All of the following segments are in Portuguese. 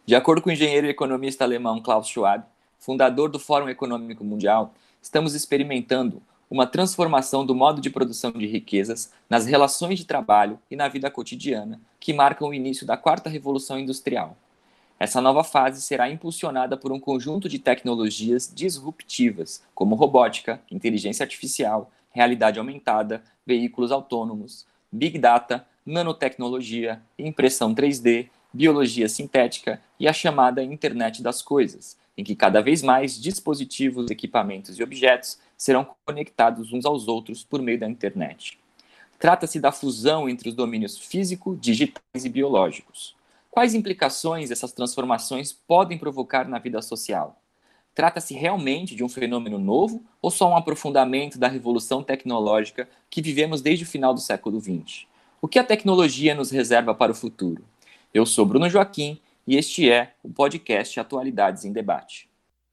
De acordo com o engenheiro e economista alemão Klaus Schwab, fundador do Fórum Econômico Mundial, estamos experimentando uma transformação do modo de produção de riquezas nas relações de trabalho e na vida cotidiana que marcam o início da quarta revolução industrial. Essa nova fase será impulsionada por um conjunto de tecnologias disruptivas, como robótica, inteligência artificial, realidade aumentada, veículos autônomos, big data, nanotecnologia, impressão 3D, biologia sintética e a chamada Internet das Coisas, em que cada vez mais dispositivos, equipamentos e objetos serão conectados uns aos outros por meio da internet. Trata-se da fusão entre os domínios físico, digitais e biológicos. Quais implicações essas transformações podem provocar na vida social? Trata-se realmente de um fenômeno novo ou só um aprofundamento da revolução tecnológica que vivemos desde o final do século XX? O que a tecnologia nos reserva para o futuro? Eu sou Bruno Joaquim e este é o podcast Atualidades em Debate.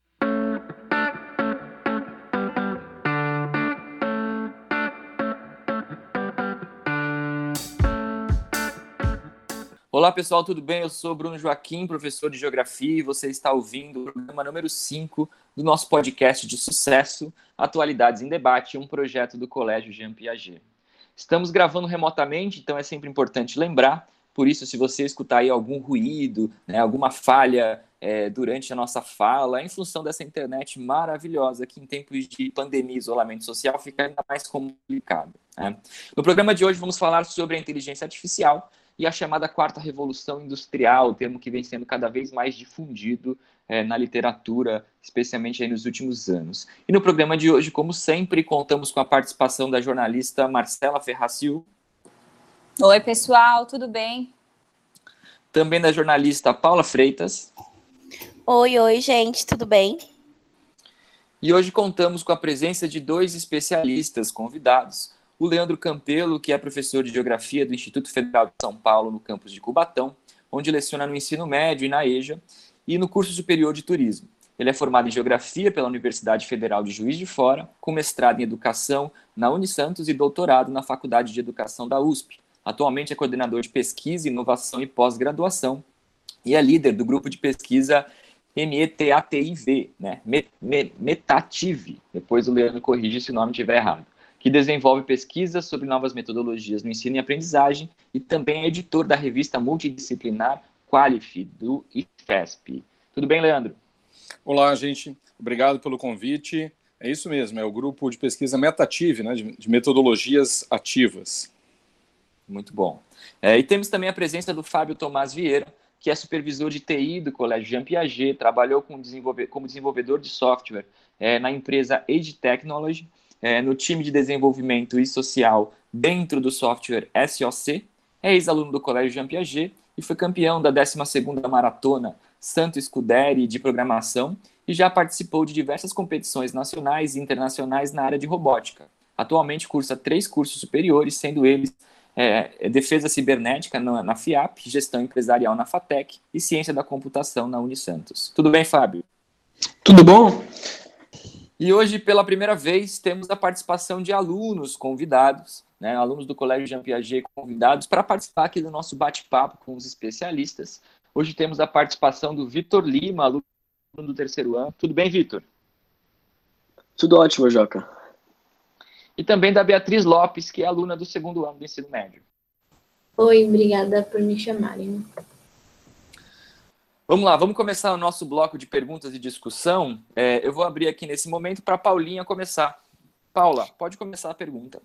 Olá pessoal, tudo bem? Eu sou Bruno Joaquim, professor de Geografia, e você está ouvindo o programa número 5 do nosso podcast de sucesso, Atualidades em Debate, um projeto do Colégio Jean Piaget. Estamos gravando remotamente, então é sempre importante lembrar, por isso se você escutar aí algum ruído, alguma falha durante a nossa fala, em função dessa internet maravilhosa que em tempos de pandemia e isolamento social fica ainda mais complicado. No programa de hoje vamos falar sobre a inteligência artificial, e a chamada quarta revolução industrial, termo que vem sendo cada vez mais difundido na literatura, especialmente aí nos últimos anos. E no programa de hoje, como sempre, contamos com a participação da jornalista Marcela Ferraciu. Oi, pessoal, tudo bem? Também da jornalista Paula Freitas. Oi, gente, tudo bem? E hoje contamos com a presença de dois especialistas convidados, o Leandro Campelo, que é professor de Geografia do Instituto Federal de São Paulo, no campus de Cubatão, onde leciona no ensino médio e na EJA, e no curso superior de turismo. Ele é formado em Geografia pela Universidade Federal de Juiz de Fora, com mestrado em Educação na Unisantos e doutorado na Faculdade de Educação da USP. Atualmente é coordenador de pesquisa, inovação e pós-graduação, e é líder do grupo de pesquisa METATIV, Metative, depois o Leandro corrige se o nome estiver errado, que desenvolve pesquisas sobre novas metodologias no ensino e aprendizagem e também é editor da revista multidisciplinar Qualif, do IFESP. Tudo bem, Leandro? Olá, gente. Obrigado pelo convite. É isso mesmo, é o grupo de pesquisa Metative, de metodologias ativas. Muito bom. E temos também a presença do Fábio Tomás Vieira, que é supervisor de TI do Colégio Jean Piaget, trabalhou como desenvolvedor de software na empresa Age Technology, no time de desenvolvimento e social dentro do software SOC, é ex-aluno do Colégio Jean Piaget e foi campeão da 12ª Maratona Santo Scuderi de Programação e já participou de diversas competições nacionais e internacionais na área de robótica. Atualmente cursa 3 cursos superiores, sendo eles Defesa Cibernética na FIAP, Gestão Empresarial na FATEC e Ciência da Computação na Unisantos. Tudo bem, Fábio? Tudo bom? E hoje, pela primeira vez, temos a participação de alunos convidados, alunos do Colégio Jean Piaget convidados para participar aqui do nosso bate-papo com os especialistas. Hoje temos a participação do Vitor Lima, aluno do 3º ano. Tudo bem, Vitor? Tudo ótimo, Joca. E também da Beatriz Lopes, que é aluna do 2º ano do ensino médio. Oi, obrigada por me chamarem. Vamos lá, vamos começar o nosso bloco de perguntas e discussão. Eu vou abrir aqui nesse momento para a Paulinha começar. Paula, pode começar a pergunta.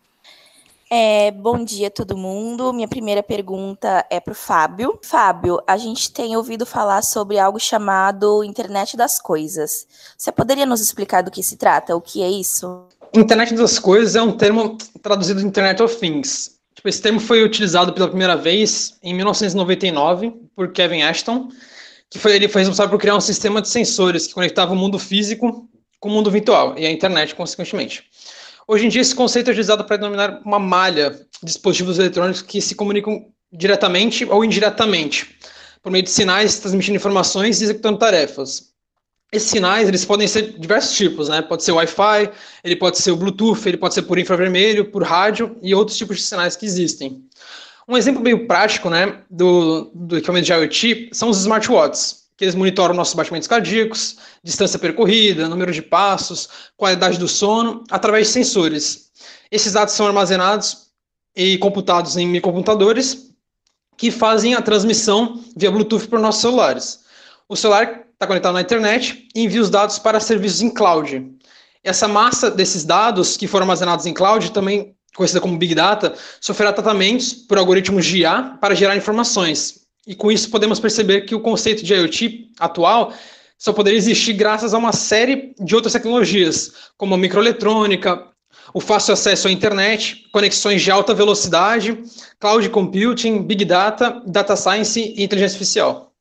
Bom dia, todo mundo. Minha primeira pergunta é para o Fábio. Fábio, a gente tem ouvido falar sobre algo chamado Internet das Coisas. Você poderia nos explicar do que se trata? O que é isso? Internet das Coisas é um termo traduzido de Internet of Things. Esse termo foi utilizado pela primeira vez em 1999 por Kevin Ashton, ele foi responsável por criar um sistema de sensores que conectava o mundo físico com o mundo virtual, e a internet, consequentemente. Hoje em dia, esse conceito é utilizado para denominar uma malha de dispositivos eletrônicos que se comunicam diretamente ou indiretamente, por meio de sinais, transmitindo informações e executando tarefas. Esses sinais, eles podem ser diversos tipos, Pode ser o Wi-Fi, ele pode ser o Bluetooth, ele pode ser por infravermelho, por rádio e outros tipos de sinais que existem. Um exemplo meio prático, do equipamento de IoT são os smartwatches, que eles monitoram nossos batimentos cardíacos, distância percorrida, número de passos, qualidade do sono, através de sensores. Esses dados são armazenados e computados em microcomputadores que fazem a transmissão via Bluetooth para os nossos celulares. O celular está conectado na internet e envia os dados para serviços em cloud. Essa massa desses dados que foram armazenados em cloud, também conhecida como Big Data, sofrerá tratamentos por algoritmos de IA para gerar informações. E com isso podemos perceber que o conceito de IoT atual só poderia existir graças a uma série de outras tecnologias, como a microeletrônica, o fácil acesso à internet, conexões de alta velocidade, cloud computing, Big Data, Data Science e inteligência artificial.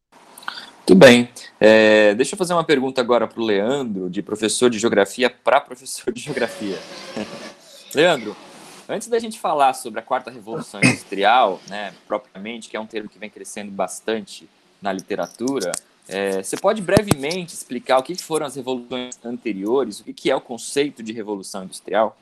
Muito bem. Deixa eu fazer uma pergunta agora para o Leandro, de professor de geografia para professor de geografia. Leandro, antes da gente falar sobre a quarta revolução industrial, né, propriamente, que é um termo que vem crescendo bastante na literatura, você pode brevemente explicar o que foram as revoluções anteriores, o que é o conceito de revolução industrial?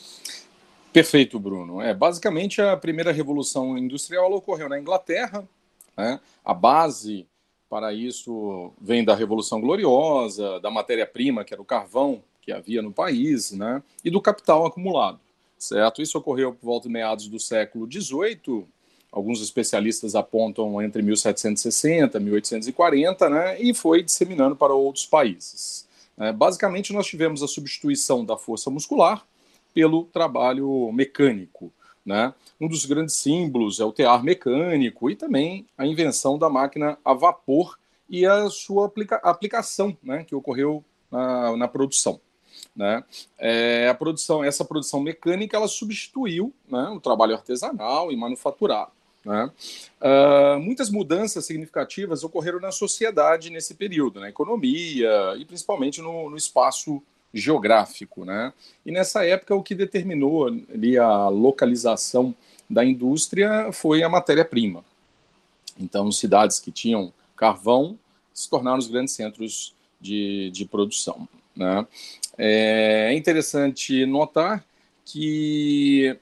Perfeito, Bruno. Basicamente, a primeira revolução industrial ela ocorreu na Inglaterra, né? A base para isso vem da Revolução Gloriosa, da matéria-prima, que era o carvão que havia no país, né? E do capital acumulado, certo? Isso ocorreu por volta de meados do século XVIII, alguns especialistas apontam entre 1760 e 1840, né? E foi disseminando para outros países. Basicamente, nós tivemos a substituição da força muscular pelo trabalho mecânico, né? Um dos grandes símbolos é o tear mecânico e também a invenção da máquina a vapor e a sua aplicação, né, que ocorreu na produção, né? Essa produção mecânica ela substituiu, né, o trabalho artesanal e manufaturado, né? Muitas mudanças significativas ocorreram na sociedade nesse período, na economia e principalmente no espaço geográfico, né? E nessa época o que determinou ali a localização da indústria foi a matéria-prima. Então, cidades que tinham carvão se tornaram os grandes centros de produção, né? É interessante notar que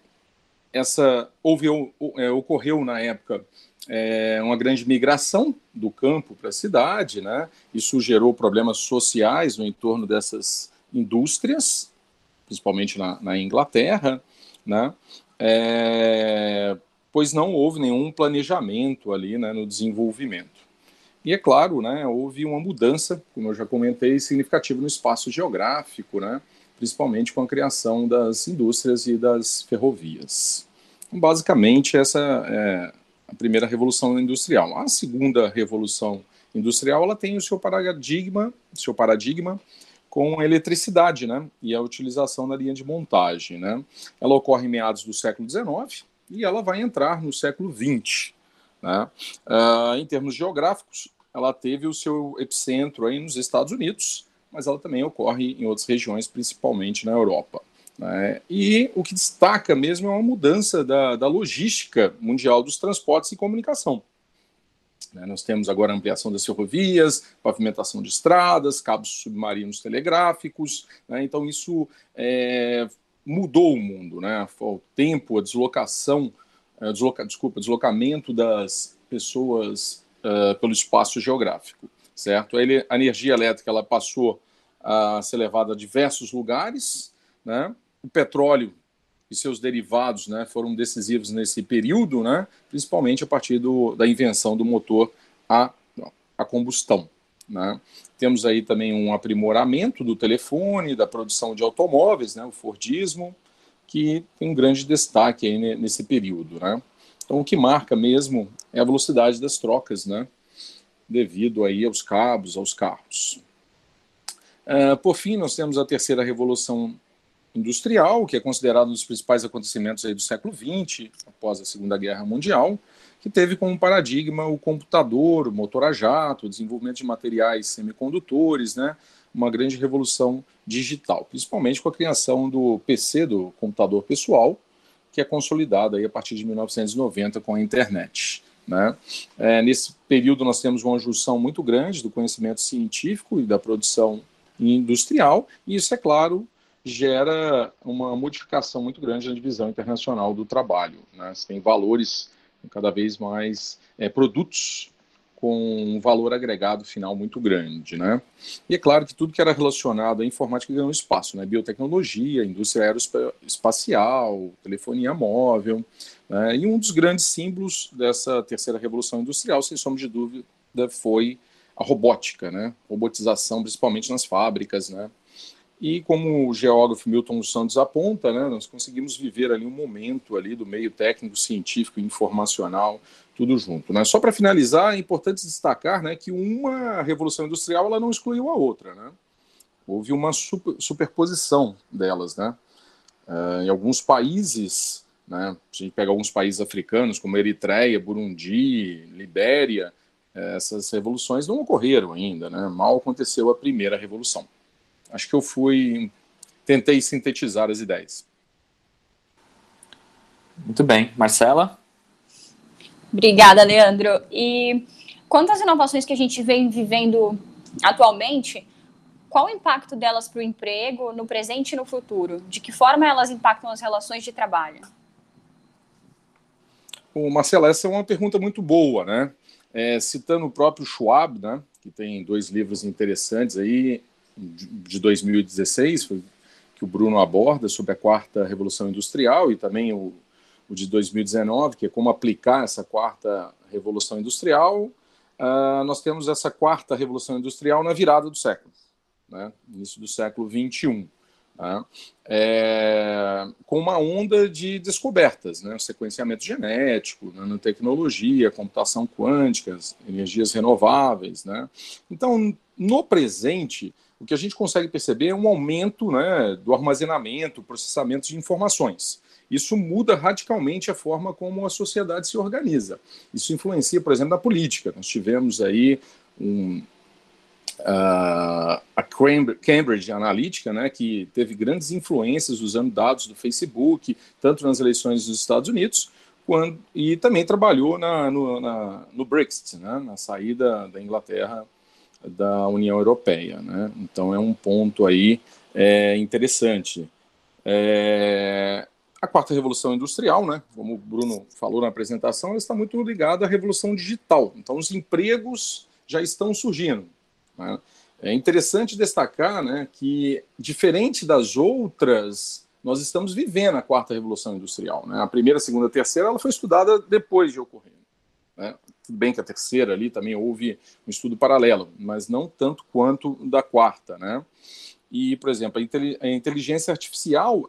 ocorreu na época uma grande migração do campo para a cidade, né? Isso gerou problemas sociais no entorno dessas indústrias, principalmente na Inglaterra, né? Pois não houve nenhum planejamento ali, né, no desenvolvimento. E é claro, né, houve uma mudança, como eu já comentei, significativa no espaço geográfico, né, principalmente com a criação das indústrias e das ferrovias. Então, basicamente, essa é a primeira revolução industrial. A segunda revolução industrial ela tem o seu paradigma com a eletricidade, né, e a utilização da linha de montagem, né. Ela ocorre em meados do século XIX e ela vai entrar no século XX, né. Em termos geográficos, ela teve o seu epicentro aí nos Estados Unidos, mas ela também ocorre em outras regiões, principalmente na Europa, né. E o que destaca mesmo é uma mudança da logística mundial dos transportes e comunicação. Nós temos agora a ampliação das ferrovias, pavimentação de estradas, cabos submarinos telegráficos, né? Então isso mudou o mundo, né? O tempo, a deslocamento das pessoas pelo espaço geográfico, certo? A energia elétrica ela passou a ser levada a diversos lugares, né? O petróleo e seus derivados, né, foram decisivos nesse período, né, principalmente a partir da invenção do motor a combustão, né. Temos aí também um aprimoramento do telefone, da produção de automóveis, né, o Fordismo, que tem um grande destaque aí nesse período, né. Então o que marca mesmo é a velocidade das trocas, né, devido aí aos cabos, aos carros. Por fim, nós temos a terceira revolução industrial, que é considerado um dos principais acontecimentos aí do século XX, após a Segunda Guerra Mundial, que teve como paradigma o computador, o motor a jato, o desenvolvimento de materiais semicondutores, né, uma grande revolução digital, principalmente com a criação do PC, do computador pessoal, que é consolidada aí a partir de 1990 com a internet, né. Nesse período nós temos uma junção muito grande do conhecimento científico e da produção industrial, e isso, é claro, gera uma modificação muito grande na divisão internacional do trabalho, né? Você tem valores cada vez mais, produtos com um valor agregado final muito grande, né? E é claro que tudo que era relacionado à informática ganhou espaço, né? Biotecnologia, indústria aeroespacial, telefonia móvel, né? E um dos grandes símbolos dessa terceira revolução industrial, sem sombra de dúvida, foi a robótica, né? Robotização, principalmente nas fábricas, né? E como o geógrafo Milton dos Santos aponta, né, nós conseguimos viver ali um momento ali do meio técnico, científico e informacional, tudo junto, né? Só para finalizar, é importante destacar, né, que uma revolução industrial ela não excluiu a outra, né? Houve uma superposição delas, né? Em alguns países, né, se a gente pega alguns países africanos, como Eritreia, Burundi, Libéria, essas revoluções não ocorreram ainda, né? Mal aconteceu a primeira revolução. Acho que tentei sintetizar as ideias. Muito bem. Marcela? Obrigada, Leandro. E quanto às inovações que a gente vem vivendo atualmente, qual o impacto delas para o emprego no presente e no futuro? De que forma elas impactam as relações de trabalho? Marcela, essa é uma pergunta muito boa, né? Citando o próprio Schwab, né, que tem 2 livros interessantes aí, de 2016, que o Bruno aborda sobre a quarta revolução industrial, e também o de 2019, que é como aplicar essa quarta revolução industrial. Nós temos essa quarta revolução industrial na virada do século, né, início do século XXI, né, com uma onda de descobertas, né, sequenciamento genético, nanotecnologia, computação quântica, energias renováveis, né. Então, no presente, o que a gente consegue perceber é um aumento, né, do armazenamento, processamento de informações. Isso muda radicalmente a forma como a sociedade se organiza. Isso influencia, por exemplo, na política. Nós tivemos aí a Cambridge Analytica, né, que teve grandes influências usando dados do Facebook, tanto nas eleições dos Estados Unidos, e também trabalhou no Brexit, né, na saída da Inglaterra da União Europeia, né? Então é um ponto aí interessante. A quarta revolução industrial, né, como o Bruno falou na apresentação, ela está muito ligada à revolução digital. Então os empregos já estão surgindo, né? É interessante destacar, né, que, diferente das outras, nós estamos vivendo a quarta revolução industrial, né? A primeira, a segunda, a terceira, ela foi estudada depois de ocorrer, né? Tudo bem que a terceira ali também houve um estudo paralelo, mas não tanto quanto da quarta, né? E, por exemplo, a inteligência artificial,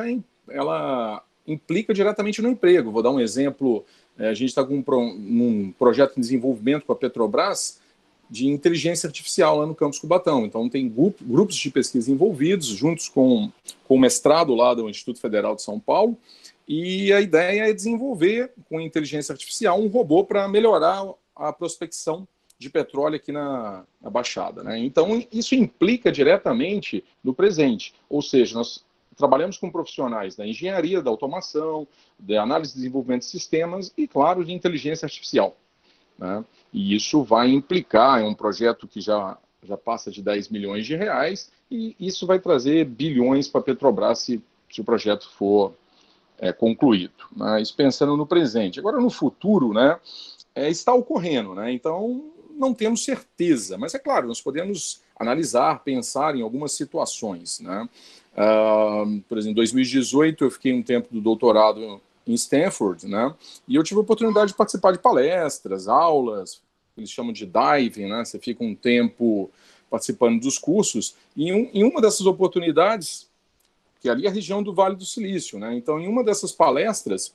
ela implica diretamente no emprego. Vou dar um exemplo. A gente está com um projeto de desenvolvimento com a Petrobras de inteligência artificial lá no Campus Cubatão. Então, tem grupos de pesquisa envolvidos, juntos com o mestrado lá do Instituto Federal de São Paulo, e a ideia é desenvolver, com inteligência artificial, um robô para melhorar a prospecção de petróleo aqui na Baixada, né? Então, isso implica diretamente no presente. Ou seja, nós trabalhamos com profissionais da engenharia, da automação, da análise e desenvolvimento de sistemas e, claro, de inteligência artificial, né? E isso vai implicar em um projeto que já passa de 10 milhões de reais, e isso vai trazer bilhões para a Petrobras se o projeto for concluído, né? Isso pensando no presente. Agora, no futuro, né, está ocorrendo, né? Então, não temos certeza, mas é claro, nós podemos analisar, pensar em algumas situações, né? Por exemplo, em 2018, eu fiquei um tempo do doutorado em Stanford, né? E eu tive a oportunidade de participar de palestras, aulas, eles chamam de diving, né? Você fica um tempo participando dos cursos, e em uma dessas oportunidades, que ali é a região do Vale do Silício, né? Então, em uma dessas palestras,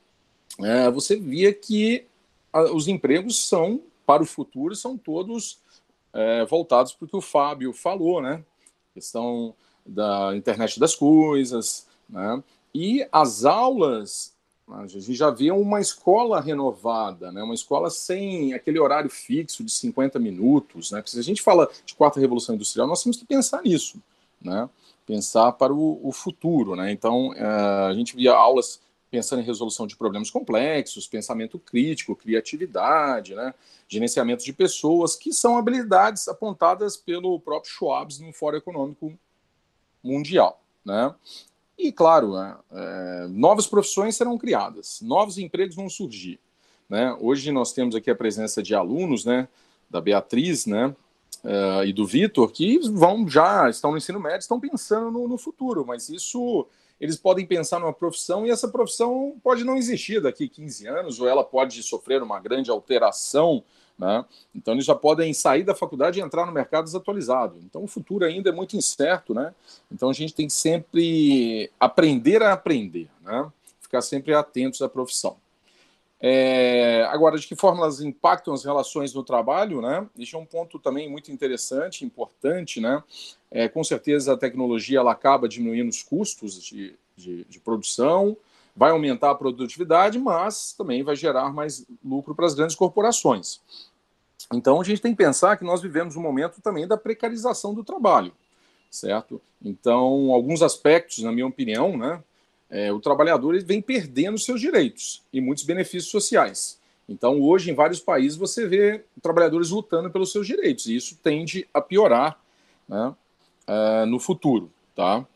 você via que os empregos para o futuro, são todos voltados para o que o Fábio falou, né? Questão da internet das coisas, né? E as aulas, a gente já vê uma escola renovada, né? Uma escola sem aquele horário fixo de 50 minutos, né? Porque se a gente fala de quarta revolução industrial, nós temos que pensar nisso, né? Pensar para o futuro, né? Então, a gente via aulas pensando em resolução de problemas complexos, pensamento crítico, criatividade, né? Gerenciamento de pessoas, que são habilidades apontadas pelo próprio Schwab no Fórum Econômico Mundial, né? E, claro, novas profissões serão criadas, novos empregos vão surgir, né? Hoje nós temos aqui a presença de alunos, né, da Beatriz, né, e do Vitor, que já estão no ensino médio, estão pensando no futuro, mas isso eles podem pensar numa profissão e essa profissão pode não existir daqui 15 anos, ou ela pode sofrer uma grande alteração, né? Então eles já podem sair da faculdade e entrar no mercado desatualizado. Então o futuro ainda é muito incerto, né? Então a gente tem que sempre aprender a aprender, né? Ficar sempre atentos à profissão. Agora, de que forma elas impactam as relações no trabalho, né? Isso é um ponto também muito interessante, importante, né? Com certeza a tecnologia ela acaba diminuindo os custos de produção, vai aumentar a produtividade, mas também vai gerar mais lucro para as grandes corporações. Então, a gente tem que pensar que nós vivemos um momento também da precarização do trabalho, certo? Então, alguns aspectos, na minha opinião, né? O trabalhador ele vem perdendo seus direitos e muitos benefícios sociais. Então, hoje, em vários países, você vê trabalhadores lutando pelos seus direitos, e isso tende a piorar, né, no futuro. Tá?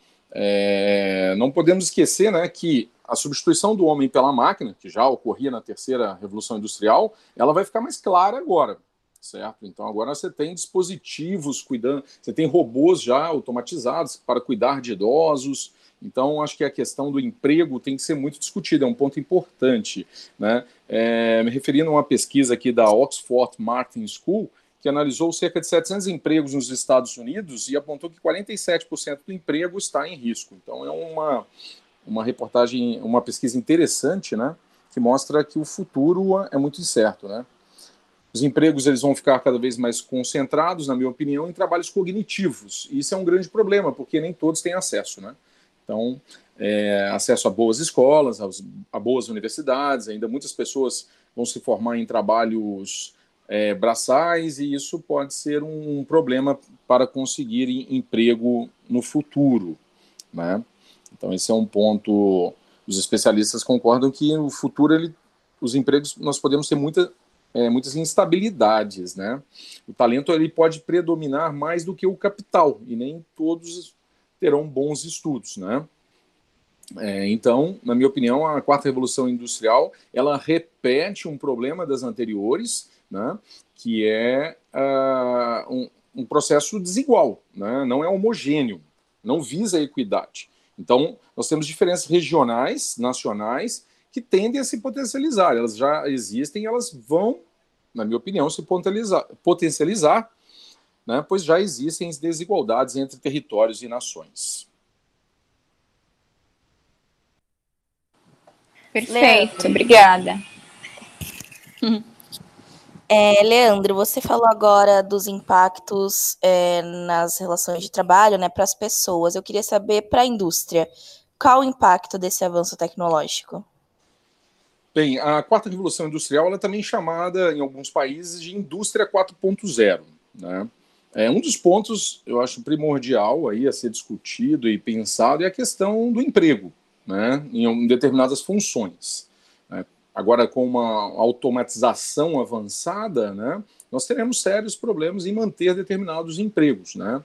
Não podemos esquecer, né, que a substituição do homem pela máquina, que já ocorria na terceira Revolução Industrial, ela vai ficar mais clara agora. Certo? Então, agora você tem dispositivos cuidando, você tem robôs já automatizados para cuidar de idosos. Então, acho que a questão do emprego tem que ser muito discutida, é um ponto importante, né? Me referindo a uma pesquisa aqui da Oxford Martin School, que analisou cerca de 700 empregos nos Estados Unidos e apontou que 47% do emprego está em risco. Então, é uma reportagem, uma pesquisa interessante, né? Que mostra que o futuro é muito incerto, né? Os empregos eles vão ficar cada vez mais concentrados, na minha opinião, em trabalhos cognitivos. E isso é um grande problema, porque nem todos têm acesso, né? Então, acesso a boas escolas, a boas universidades, ainda muitas pessoas vão se formar em trabalhos braçais, e isso pode ser um problema para conseguir emprego no futuro, né? Então, esse é um ponto, os especialistas concordam que no futuro, os empregos, nós podemos ter muitas instabilidades, né? O talento ele pode predominar mais do que o capital, e nem todos terão bons estudos, né? Então, na minha opinião, a quarta revolução industrial ela repete um problema das anteriores, né? Que é um processo desigual, né? Não é homogêneo, não visa a equidade. Então, nós temos diferenças regionais, nacionais, que tendem a se potencializar. Elas já existem, elas vão, na minha opinião, se potencializar, né, pois já existem desigualdades entre territórios e nações. Perfeito, obrigada. Leandro, você falou agora dos impactos nas relações de trabalho, né, para as pessoas. Eu queria saber, para a indústria, qual o impacto desse avanço tecnológico? Bem, a quarta revolução industrial ela é também chamada, em alguns países, de indústria 4.0. Né? Um dos pontos, eu acho, primordial aí a ser discutido e pensado é a questão do emprego, né, em determinadas funções. Né? Agora, com uma automatização avançada, né, nós teremos sérios problemas em manter determinados empregos. Né?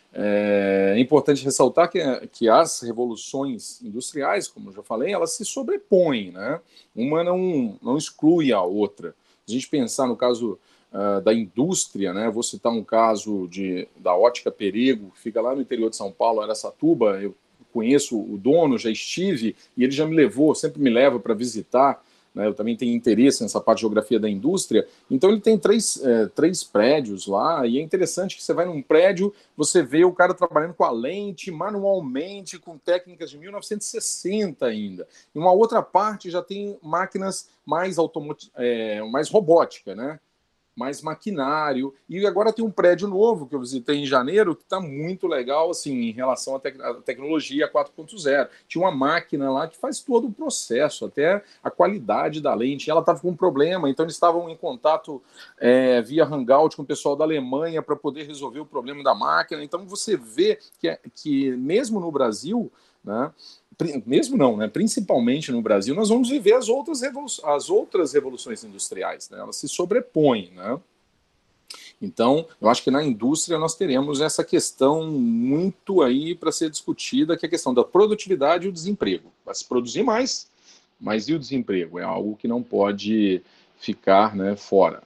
É importante ressaltar que as revoluções industriais, como eu já falei, elas se sobrepõem, né? Uma não exclui a outra. Se a gente pensar no caso da indústria, né? Vou citar um caso da Ótica Perego, que fica lá no interior de São Paulo, Araçatuba. Eu conheço o dono, já estive, e ele já me levou, sempre me leva para visitar. Eu também tenho interesse nessa parte de geografia da indústria. Então ele tem três prédios lá, e é interessante que você vai num prédio, você vê o cara trabalhando com a lente, manualmente, com técnicas de 1960 ainda. Em uma outra parte já tem máquinas mais robótica, né? Mais maquinário, e agora tem um prédio novo que eu visitei em janeiro que está muito legal assim, em relação à tecnologia 4.0. Tinha uma máquina lá que faz todo o processo, até a qualidade da lente. Ela estava com um problema, então eles estavam em contato via Hangout com o pessoal da Alemanha para poder resolver o problema da máquina. Então você vê que mesmo no Brasil, né, mesmo não, né? Principalmente no Brasil, nós vamos viver as outras revoluções industriais, né? Elas se sobrepõem, né? Então, eu acho que na indústria nós teremos essa questão muito aí para ser discutida, que é a questão da produtividade e o desemprego. Vai se produzir mais, mas e o desemprego? É algo que não pode ficar, né, fora.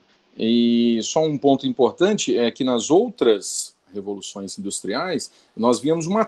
E só um ponto importante é que nas outras revoluções industriais, nós víamos uma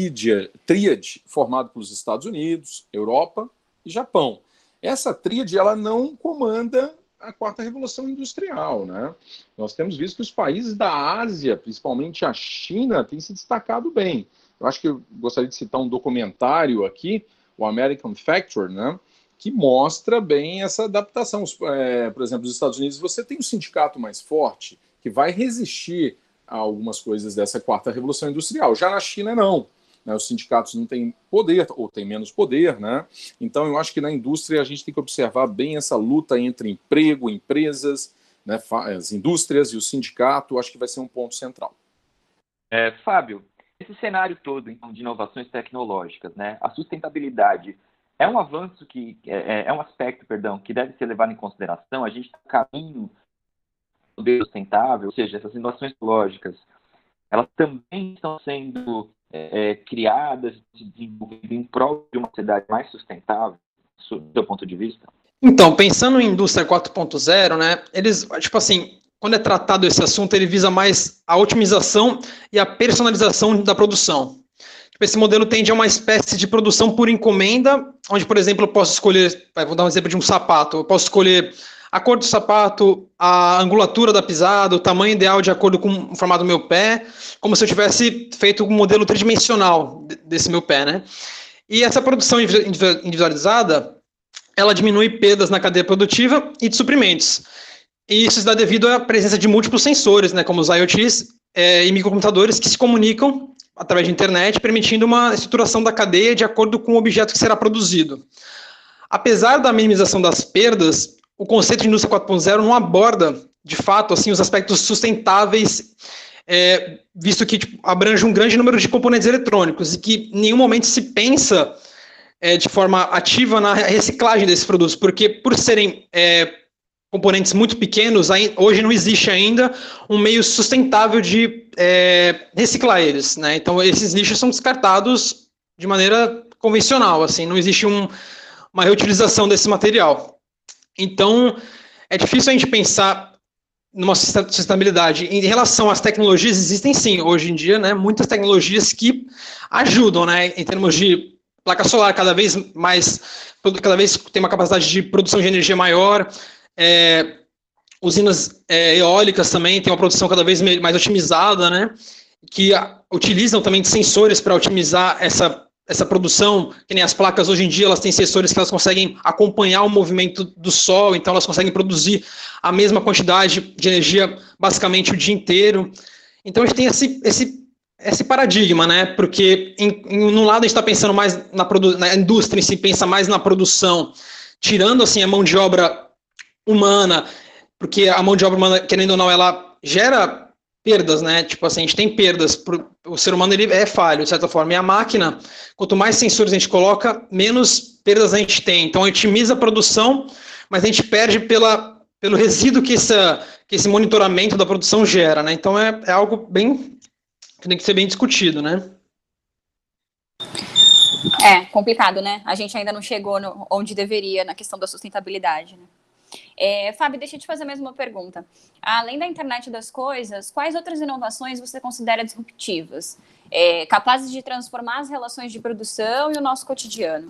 tríade formada pelos Estados Unidos, Europa e Japão. Essa tríade, ela não comanda a quarta revolução industrial, né? Nós temos visto que os países da Ásia, principalmente a China, têm se destacado bem. Eu acho que eu gostaria de citar um documentário aqui, o American Factory, né, que mostra bem essa adaptação. Por exemplo, nos Estados Unidos você tem um sindicato mais forte que vai resistir a algumas coisas dessa quarta revolução industrial. Já na China, não. Né, os sindicatos não têm poder, ou têm menos poder, né? Então, eu acho que na indústria a gente tem que observar bem essa luta entre emprego, empresas, né, as indústrias e o sindicato. Acho que vai ser um ponto central. Fábio, esse cenário todo então, de inovações tecnológicas, né, a sustentabilidade é um avanço é um aspecto, que deve ser levado em consideração. A gente está no caminho do poder sustentável, ou seja, essas inovações tecnológicas, elas também estão sendo criadas e desenvolvidas em prol de uma sociedade mais sustentável, do seu ponto de vista? Então, pensando em indústria 4.0, né, eles, tipo assim, quando é tratado esse assunto, ele visa mais a otimização e a personalização da produção. Tipo, esse modelo tende a uma espécie de produção por encomenda, onde, por exemplo, eu posso escolher, vou dar um exemplo de um sapato, eu posso escolher a cor do sapato, a angulatura da pisada, o tamanho ideal de acordo com o formato do meu pé, como se eu tivesse feito um modelo tridimensional desse meu pé, né? E essa produção individualizada, ela diminui perdas na cadeia produtiva e de suprimentos. E isso se dá devido à presença de múltiplos sensores, né, como os IoTs e microcomputadores que se comunicam através de internet, permitindo uma estruturação da cadeia de acordo com o objeto que será produzido. Apesar da minimização das perdas, o conceito de indústria 4.0 não aborda, de fato, assim, os aspectos sustentáveis, visto que abrange um grande número de componentes eletrônicos e que em nenhum momento se pensa de forma ativa na reciclagem desses produtos, porque por serem componentes muito pequenos, hoje não existe ainda um meio sustentável de reciclar eles, né? Então, esses lixos são descartados de maneira convencional, assim, não existe uma reutilização desse material. Então, é difícil a gente pensar numa sustentabilidade. Em relação às tecnologias, existem sim, hoje em dia, né, muitas tecnologias que ajudam, né, em termos de placa solar, cada vez tem uma capacidade de produção de energia maior, usinas eólicas também têm uma produção cada vez mais otimizada, né, que utilizam também sensores para otimizar essa produção, que nem as placas hoje em dia, elas têm sensores que elas conseguem acompanhar o movimento do sol, então elas conseguem produzir a mesma quantidade de energia basicamente o dia inteiro. Então a gente tem esse paradigma, né? Porque num lado a gente está pensando mais na indústria em si, pensa mais na produção, tirando assim a mão de obra humana, porque a mão de obra humana, querendo ou não, ela gera perdas, né? Tipo assim, a gente tem perdas. O ser humano ele é falho, de certa forma. E a máquina, quanto mais sensores a gente coloca, menos perdas a gente tem. Então, otimiza a produção, mas a gente perde pelo resíduo que esse monitoramento da produção gera, né? Então, é algo bem que tem que ser bem discutido, né? É complicado, né? A gente ainda não chegou onde deveria na questão da sustentabilidade, né? Fábio, deixa eu te fazer a mesma pergunta. Além da internet das coisas, quais outras inovações você considera disruptivas, capazes de transformar as relações de produção e o nosso cotidiano?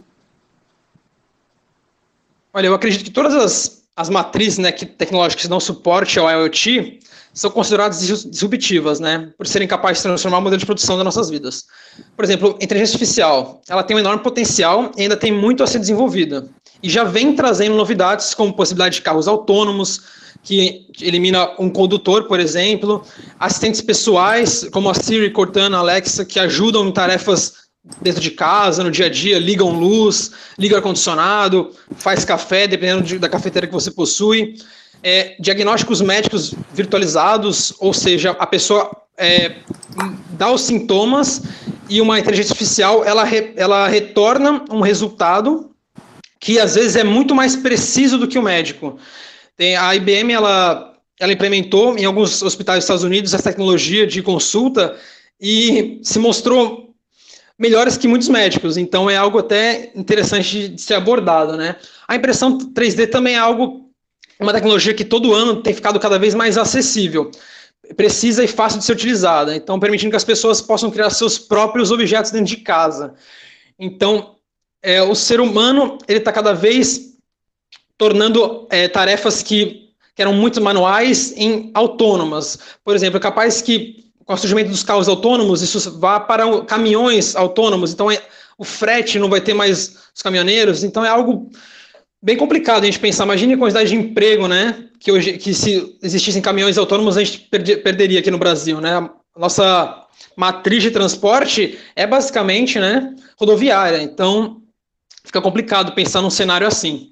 Olha, eu acredito que todas as matrizes, né, tecnológicas que dão suporte ao IoT são consideradas disruptivas, né, por serem capazes de transformar o modelo de produção das nossas vidas. Por exemplo, a inteligência artificial, ela tem um enorme potencial e ainda tem muito a ser desenvolvida. E já vem trazendo novidades como possibilidade de carros autônomos, que elimina um condutor, por exemplo, assistentes pessoais, como a Siri, Cortana, Alexa, que ajudam em tarefas dentro de casa, no dia a dia, ligam luz, liga ar-condicionado, faz café, dependendo da cafeteira que você possui. Diagnósticos médicos virtualizados, ou seja, a pessoa dá os sintomas e uma inteligência artificial ela retorna um resultado que às vezes é muito mais preciso do que o médico. A IBM ela implementou em alguns hospitais dos Estados Unidos essa tecnologia de consulta e se mostrou melhores que muitos médicos, então é algo até interessante de ser abordado, né? A impressão 3D também é algo é uma tecnologia que todo ano tem ficado cada vez mais acessível, precisa e fácil de ser utilizada, então permitindo que as pessoas possam criar seus próprios objetos dentro de casa. Então, o ser humano ele está cada vez tornando tarefas que eram muito manuais em autônomas. Por exemplo, é capaz que, com o surgimento dos carros autônomos, isso vá para caminhões autônomos, então o frete não vai ter mais os caminhoneiros, então é algo bem complicado a gente pensar. Imagine a quantidade de emprego, né, que hoje, que se existissem caminhões autônomos, a gente perderia aqui no Brasil, né? A nossa matriz de transporte é basicamente, né, rodoviária, então fica complicado pensar num cenário assim.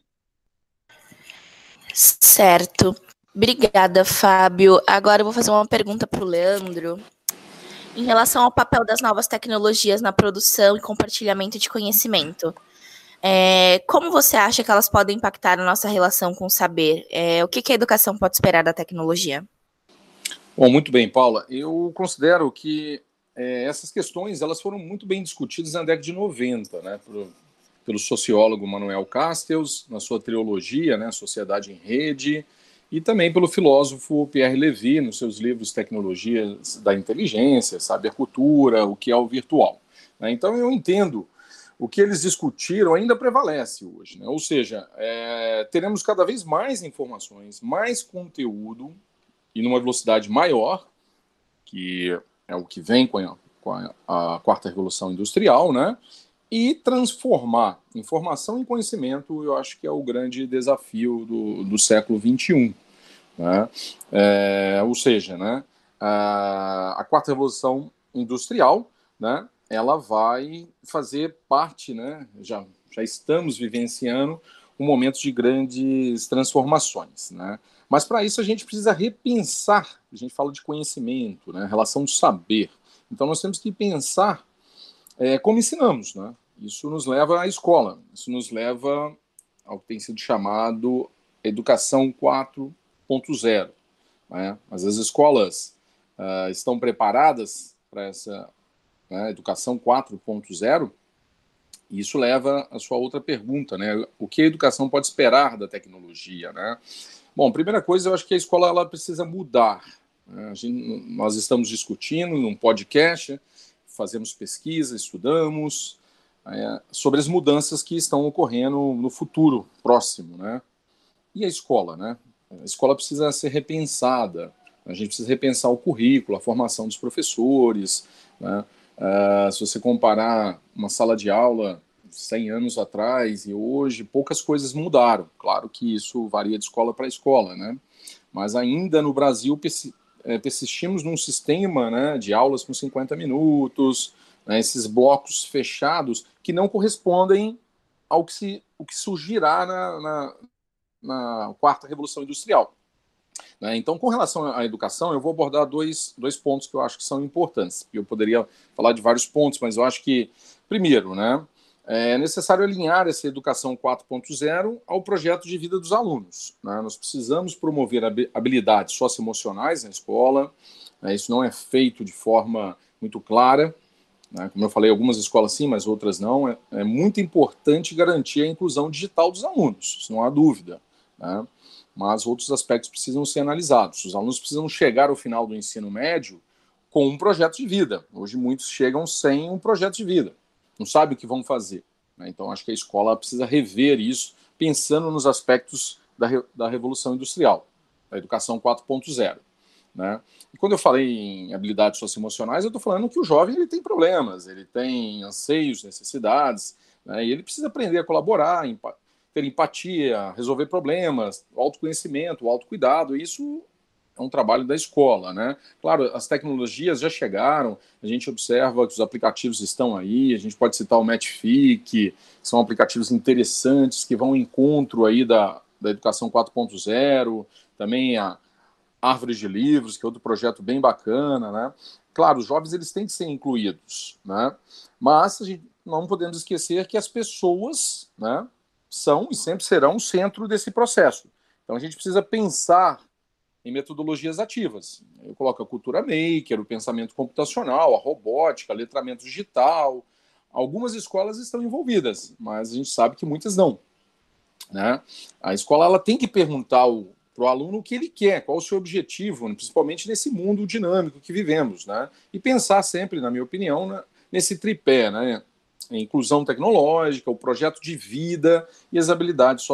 Certo. Obrigada, Fábio. Agora eu vou fazer uma pergunta para o Leandro. Em relação ao papel das novas tecnologias na produção e compartilhamento de conhecimento, como você acha que elas podem impactar a nossa relação com o saber? O que a educação pode esperar da tecnologia? Bom, muito bem, Paula. Eu considero que essas questões elas foram muito bem discutidas na década de 90, né, pelo sociólogo Manuel Castells, na sua trilogia, né, Sociedade em Rede, e também pelo filósofo Pierre Levy, nos seus livros Tecnologias da Inteligência, Saber-Cultura, O que é o Virtual. Né? Então, eu entendo o que eles discutiram ainda prevalece hoje. Né? Ou seja, teremos cada vez mais informações, mais conteúdo, e numa velocidade maior, que é o que vem com a quarta revolução industrial, né? E transformar informação em conhecimento, eu acho que é o grande desafio do século XXI. Né? Ou seja, né, a quarta revolução industrial, né, ela vai fazer parte, né, já estamos vivenciando um momento de grandes transformações. Né? Mas para isso a gente precisa repensar, a gente fala de conhecimento, né, relação do saber. Então nós temos que pensar como ensinamos, né? Isso nos leva à escola, isso nos leva ao que tem sido chamado educação 4.0. Né? Mas as escolas estão preparadas para essa educação 4.0? E isso leva à sua outra pergunta, né? O que a educação pode esperar da tecnologia, né? Bom, primeira coisa, eu acho que a escola ela precisa mudar. Né? Nós estamos discutindo num podcast, fazemos pesquisa, estudamos sobre as mudanças que estão ocorrendo no futuro próximo, né? E a escola, né? A escola precisa ser repensada, a gente precisa repensar o currículo, a formação dos professores, né? Se você comparar uma sala de aula 100 anos atrás e hoje, poucas coisas mudaram. Claro que isso varia de escola para escola, né? Mas ainda no Brasil persistimos num sistema, né, de aulas com 50 minutos, né, esses blocos fechados que não correspondem ao que surgirá na quarta revolução industrial. Né? Então, com relação à educação, eu vou abordar dois pontos que eu acho que são importantes. Eu poderia falar de vários pontos, mas eu acho que, primeiro, né, é necessário alinhar essa educação 4.0 ao projeto de vida dos alunos. Né? Nós precisamos promover habilidades socioemocionais na escola, né? Isso não é feito de forma muito clara, né? Como eu falei, algumas escolas sim, mas outras não. É muito importante garantir a inclusão digital dos alunos, isso não há dúvida. Né? Mas outros aspectos precisam ser analisados. Os alunos precisam chegar ao final do ensino médio com um projeto de vida. Hoje muitos chegam sem um projeto de vida. Não sabe o que vão fazer. Né? Então, acho que a escola precisa rever isso, pensando nos aspectos da Revolução Industrial, da Educação 4.0. Né? E quando eu falei em habilidades socioemocionais, eu estou falando que o jovem ele tem problemas, ele tem anseios, necessidades, né? E ele precisa aprender a colaborar, ter empatia, resolver problemas, o autoconhecimento, o autocuidado. Isso é um trabalho da escola, né? Claro, as tecnologias já chegaram, a gente observa que os aplicativos estão aí, a gente pode citar o Matchfic, que são aplicativos interessantes que vão ao encontro aí da educação 4.0, também a Árvores de Livros, que é outro projeto bem bacana, né? Claro, os jovens eles têm que ser incluídos, né? Mas a gente não podemos esquecer que as pessoas, né, são e sempre serão o centro desse processo. Então a gente precisa pensar em metodologias ativas. Eu coloco a cultura maker, o pensamento computacional, a robótica, letramento digital. Algumas escolas estão envolvidas, mas a gente sabe que muitas não. né? A escola ela tem que perguntar para o aluno o que ele quer, qual o seu objetivo, principalmente nesse mundo dinâmico que vivemos, né? E pensar sempre, na minha opinião, nesse tripé, né? A inclusão tecnológica, o projeto de vida e as habilidades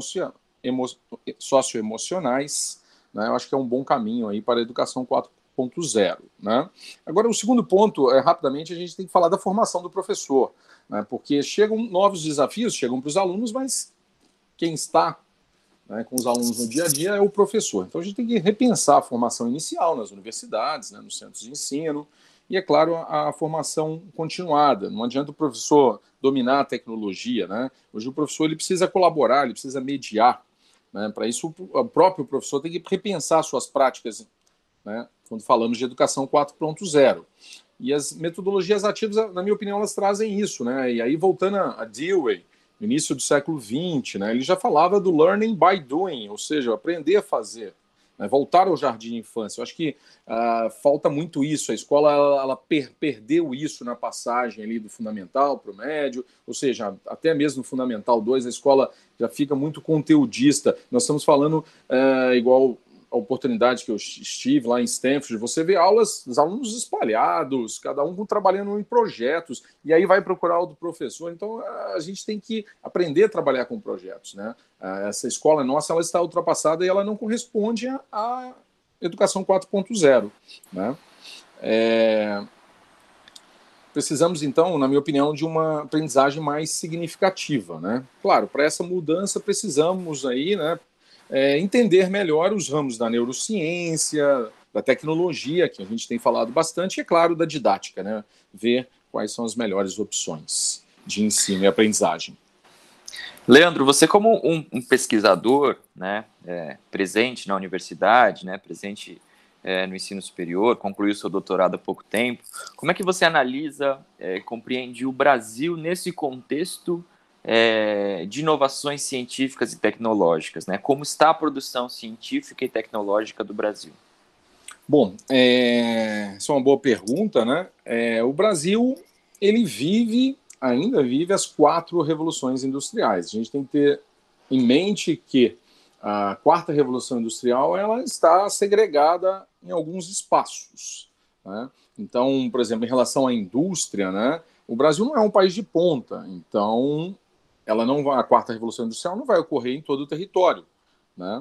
socioemocionais, né? Eu acho que é um bom caminho aí para a educação 4.0, né? Agora, o segundo ponto, rapidamente, a gente tem que falar da formação do professor, né? Porque chegam novos desafios, chegam para os alunos, mas quem está, né, com os alunos no dia a dia é o professor. Então, a gente tem que repensar a formação inicial nas universidades, né, nos centros de ensino, e, é claro, a formação continuada. Não adianta o professor dominar a tecnologia, né? Hoje o professor ele precisa colaborar, ele precisa mediar, né? Para isso, o próprio professor tem que repensar suas práticas, né, quando falamos de educação 4.0. E as metodologias ativas, na minha opinião, elas trazem isso, né? E aí, voltando a Dewey, no início do século XX, né, ele já falava do learning by doing, ou seja, aprender a fazer, né, voltar ao jardim de infância. Eu acho que falta muito isso. A escola ela perdeu isso na passagem ali do fundamental para o médio, ou seja, até mesmo no fundamental 2, a escola já fica muito conteudista. Nós estamos falando igual a oportunidade que eu estive lá em Stanford, você vê aulas, os alunos espalhados, cada um trabalhando em projetos, e aí vai procurar o do professor. Então, a gente tem que aprender a trabalhar com projetos, né? Essa escola nossa, ela está ultrapassada e ela não corresponde à educação 4.0, né? Precisamos, então, na minha opinião, de uma aprendizagem mais significativa, né? Claro, para essa mudança precisamos aí, né, entender melhor os ramos da neurociência, da tecnologia, que a gente tem falado bastante, e, é claro, da didática, né? Ver quais são as melhores opções de ensino e aprendizagem. Leandro, você como um pesquisador, né, presente na universidade, né, presente no ensino superior, concluiu seu doutorado há pouco tempo, como é que você analisa, compreende o Brasil nesse contexto de inovações científicas e tecnológicas, né? Como está a produção científica e tecnológica do Brasil? Bom, isso é uma boa pergunta, né? O Brasil, ele ainda vive as 4 revoluções industriais. A gente tem que ter em mente que a 4ª revolução industrial ela está segregada em alguns espaços, né? Então, por exemplo, em relação à indústria, né? O Brasil não é um país de ponta, então a 4ª revolução industrial não vai ocorrer em todo o território, né?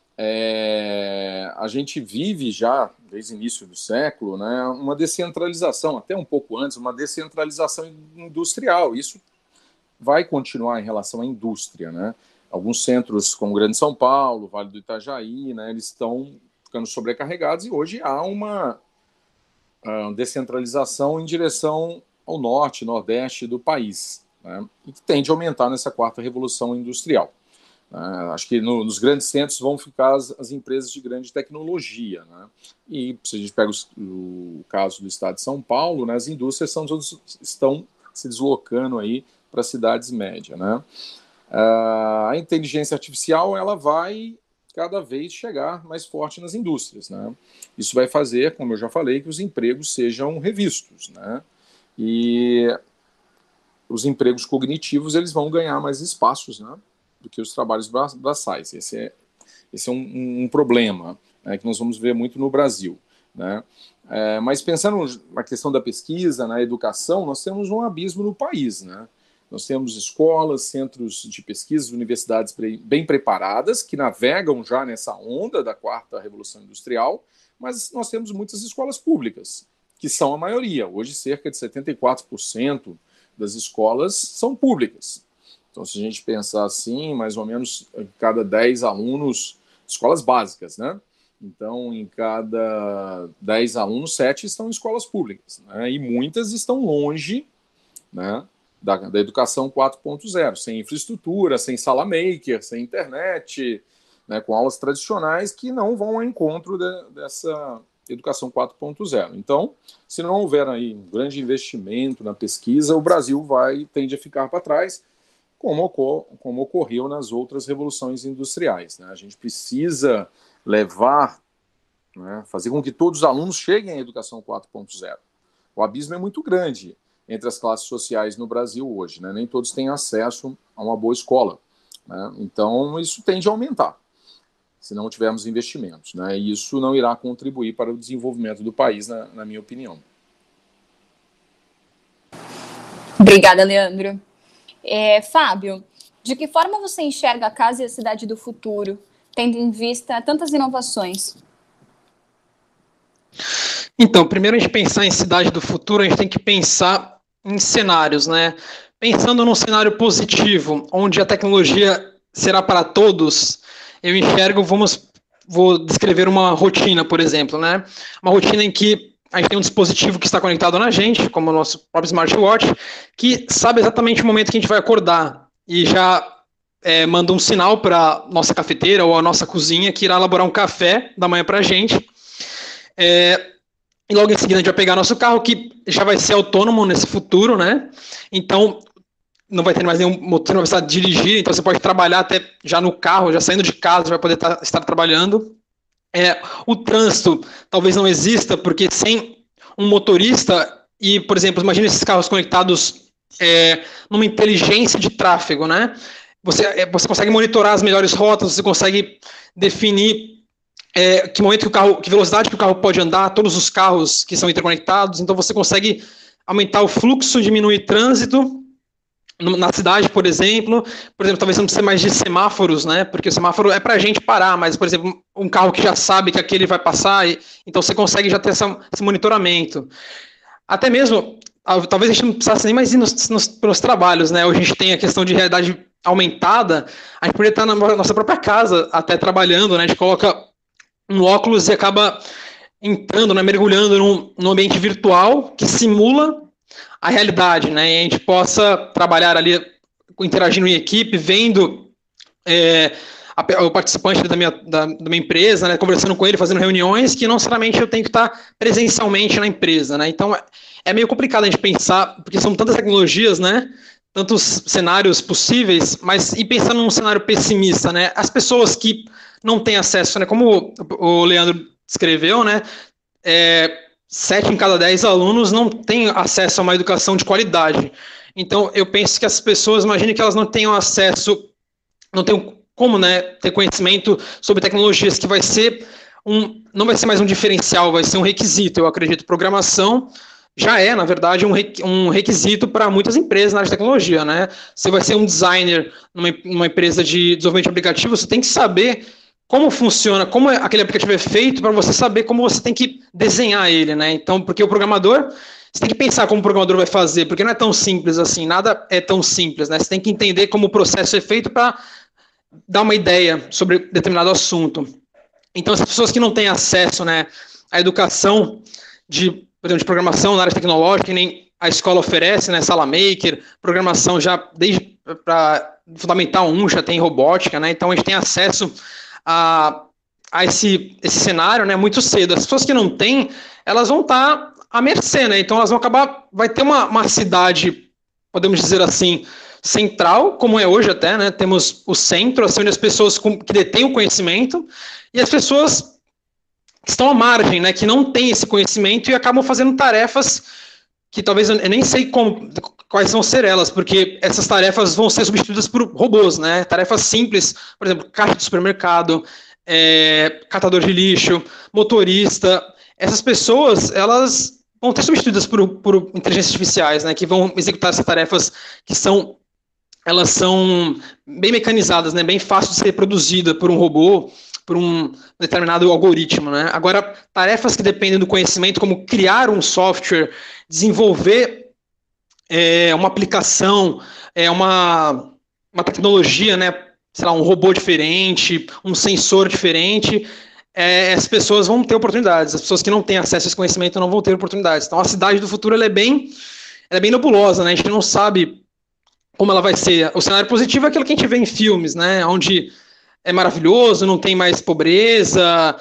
A gente vive já, desde o início do século, né, uma descentralização, até um pouco antes, uma descentralização industrial. Isso vai continuar em relação à indústria, né? Alguns centros, como o Grande São Paulo, Vale do Itajaí, né, eles estão ficando sobrecarregados e hoje há uma descentralização em direção ao norte, nordeste do país, né, e que tende a aumentar nessa 4ª revolução industrial. Acho que nos grandes centros vão ficar as empresas de grande tecnologia, né? E se a gente pega o caso do estado de São Paulo, né, as indústrias estão se deslocando aí para cidades médias, né? A inteligência artificial ela vai cada vez chegar mais forte nas indústrias, né? Isso vai fazer, como eu já falei, que os empregos sejam revistos, né? E os empregos cognitivos eles vão ganhar mais espaços, né, do que os trabalhos braçais. Esse é um problema, né, que nós vamos ver muito no Brasil, né? Mas pensando na questão da pesquisa, na educação, nós temos um abismo no país, né? Nós temos escolas, centros de pesquisa, universidades bem preparadas, que navegam já nessa onda da 4ª Revolução Industrial, mas nós temos muitas escolas públicas, que são a maioria. Hoje, cerca de 74% das escolas são públicas. Então, se a gente pensar assim, mais ou menos cada 10 alunos, escolas básicas, né? Então, em cada 10 alunos, 7 estão em escolas públicas, né? E muitas estão longe, né, da educação 4.0, sem infraestrutura, sem sala maker, sem internet, né, com aulas tradicionais que não vão ao encontro dessa educação 4.0. Então, se não houver aí um grande investimento na pesquisa, o Brasil tende a ficar para trás, como ocorreu nas outras revoluções industriais, né? A gente precisa levar, né, fazer com que todos os alunos cheguem à educação 4.0. O abismo é muito grande entre as classes sociais no Brasil hoje, né? Nem todos têm acesso a uma boa escola. né? Então, isso tende a aumentar, se não tivermos investimentos, né? E isso não irá contribuir para o desenvolvimento do país, na minha opinião. Obrigada, Leandro. Fábio, de que forma você enxerga a casa e a cidade do futuro, tendo em vista tantas inovações? Então, primeiro a gente pensar em cidade do futuro, a gente tem que pensar em cenários, né? Pensando num cenário positivo, onde a tecnologia será para todos, eu enxergo, vou descrever uma rotina, por exemplo, né? Uma rotina em que a gente tem um dispositivo que está conectado na gente, como o nosso próprio smartwatch, que sabe exatamente o momento que a gente vai acordar e já manda um sinal para nossa cafeteira ou a nossa cozinha que irá elaborar um café da manhã para a gente. E logo em seguida a gente vai pegar nosso carro, que já vai ser autônomo nesse futuro, né? Então, não vai ter mais nenhum motor, não vai precisar dirigir, então você pode trabalhar até já no carro, já saindo de casa, vai poder estar trabalhando. O trânsito talvez não exista, porque sem um motorista, e, por exemplo, imagina esses carros conectados numa inteligência de tráfego, né? Você consegue monitorar as melhores rotas, você consegue definir que velocidade que o carro pode andar, todos os carros que são interconectados, então você consegue aumentar o fluxo, diminuir trânsito na cidade, por exemplo, talvez não precise mais de semáforos, né, porque o semáforo é para a gente parar, mas, por exemplo, um carro que já sabe que aquele vai passar, então você consegue já ter esse monitoramento. Até mesmo, talvez a gente não precisasse nem mais ir nos trabalhos, né, hoje a gente tem a questão de realidade aumentada, a gente poderia estar na nossa própria casa, até trabalhando, né, a gente coloca um óculos e acaba entrando, né, mergulhando num ambiente virtual que simula a realidade, né, e a gente possa trabalhar ali, interagindo em equipe, vendo o participante da minha empresa, né, conversando com ele, fazendo reuniões, que não necessariamente eu tenho que estar presencialmente na empresa, né, então é meio complicado a gente pensar, porque são tantas tecnologias, né, tantos cenários possíveis, mas e pensando num cenário pessimista, né, as pessoas que não têm acesso, né, como o Leandro descreveu, né, 7 em cada 10 alunos não têm acesso a uma educação de qualidade. Então, eu penso que as pessoas, imaginem que elas não tenham acesso, não tenham como, né, ter conhecimento sobre tecnologias, que não vai ser mais um diferencial, vai ser um requisito, eu acredito. Programação já na verdade, um requisito para muitas empresas na área de tecnologia, né? Você vai ser um designer numa empresa de desenvolvimento de aplicativo, você tem que saber como funciona, como aquele aplicativo é feito, para você saber como você tem que desenhar ele, né? Então, porque o programador, você tem que pensar como o programador vai fazer, porque não é tão simples assim, nada é tão simples, né? Você tem que entender como o processo é feito para dar uma ideia sobre determinado assunto. Então, as pessoas que não têm acesso, né, à educação por exemplo, de programação na área tecnológica, que nem a escola oferece, né, SalaMaker, programação já desde para Fundamental 1 já tem robótica, né? Então a gente tem acesso a esse cenário, né, muito cedo. As pessoas que não têm, elas vão estar à mercê, né? Então elas vão vai ter uma cidade, podemos dizer assim, central, como é hoje até, né? Temos o centro, assim, onde as pessoas que detêm o conhecimento, e as pessoas que estão à margem, né, que não têm esse conhecimento e acabam fazendo tarefas que talvez eu nem sei quais vão ser elas, porque essas tarefas vão ser substituídas por robôs, né? Tarefas simples, por exemplo, caixa de supermercado, catador de lixo, motorista. Essas pessoas, elas vão ser substituídas por inteligências artificiais, né, que vão executar essas tarefas que elas são bem mecanizadas, né, bem fácil de ser reproduzida por um robô, por um determinado algoritmo, né? Agora, tarefas que dependem do conhecimento, como criar um software, desenvolver uma aplicação, uma tecnologia, né? Sei lá, um robô diferente, um sensor diferente, as pessoas vão ter oportunidades. As pessoas que não têm acesso a esse conhecimento não vão ter oportunidades. Então, a cidade do futuro ela é bem nebulosa, né? A gente não sabe como ela vai ser. O cenário positivo é aquilo que a gente vê em filmes, né? Onde é maravilhoso, não tem mais pobreza,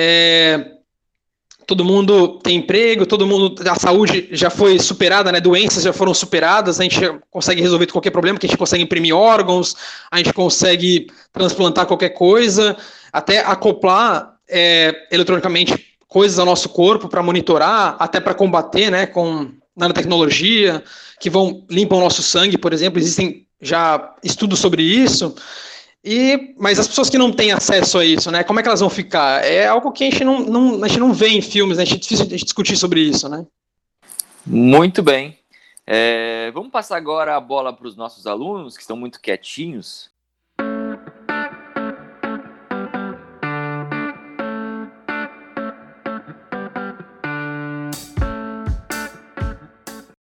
todo mundo tem emprego, a saúde já foi superada, né, doenças já foram superadas, a gente consegue resolver qualquer problema, que a gente consegue imprimir órgãos, a gente consegue transplantar qualquer coisa, até acoplar eletronicamente coisas ao nosso corpo para monitorar, até para combater, né, com nanotecnologia, que limpam o nosso sangue, por exemplo. Existem já estudo sobre isso, mas as pessoas que não têm acesso a isso, né? Como é que elas vão ficar? É algo que a gente não vê em filmes, né? É difícil a gente discutir sobre isso, né? Muito bem. Vamos passar agora a bola para os nossos alunos, que estão muito quietinhos.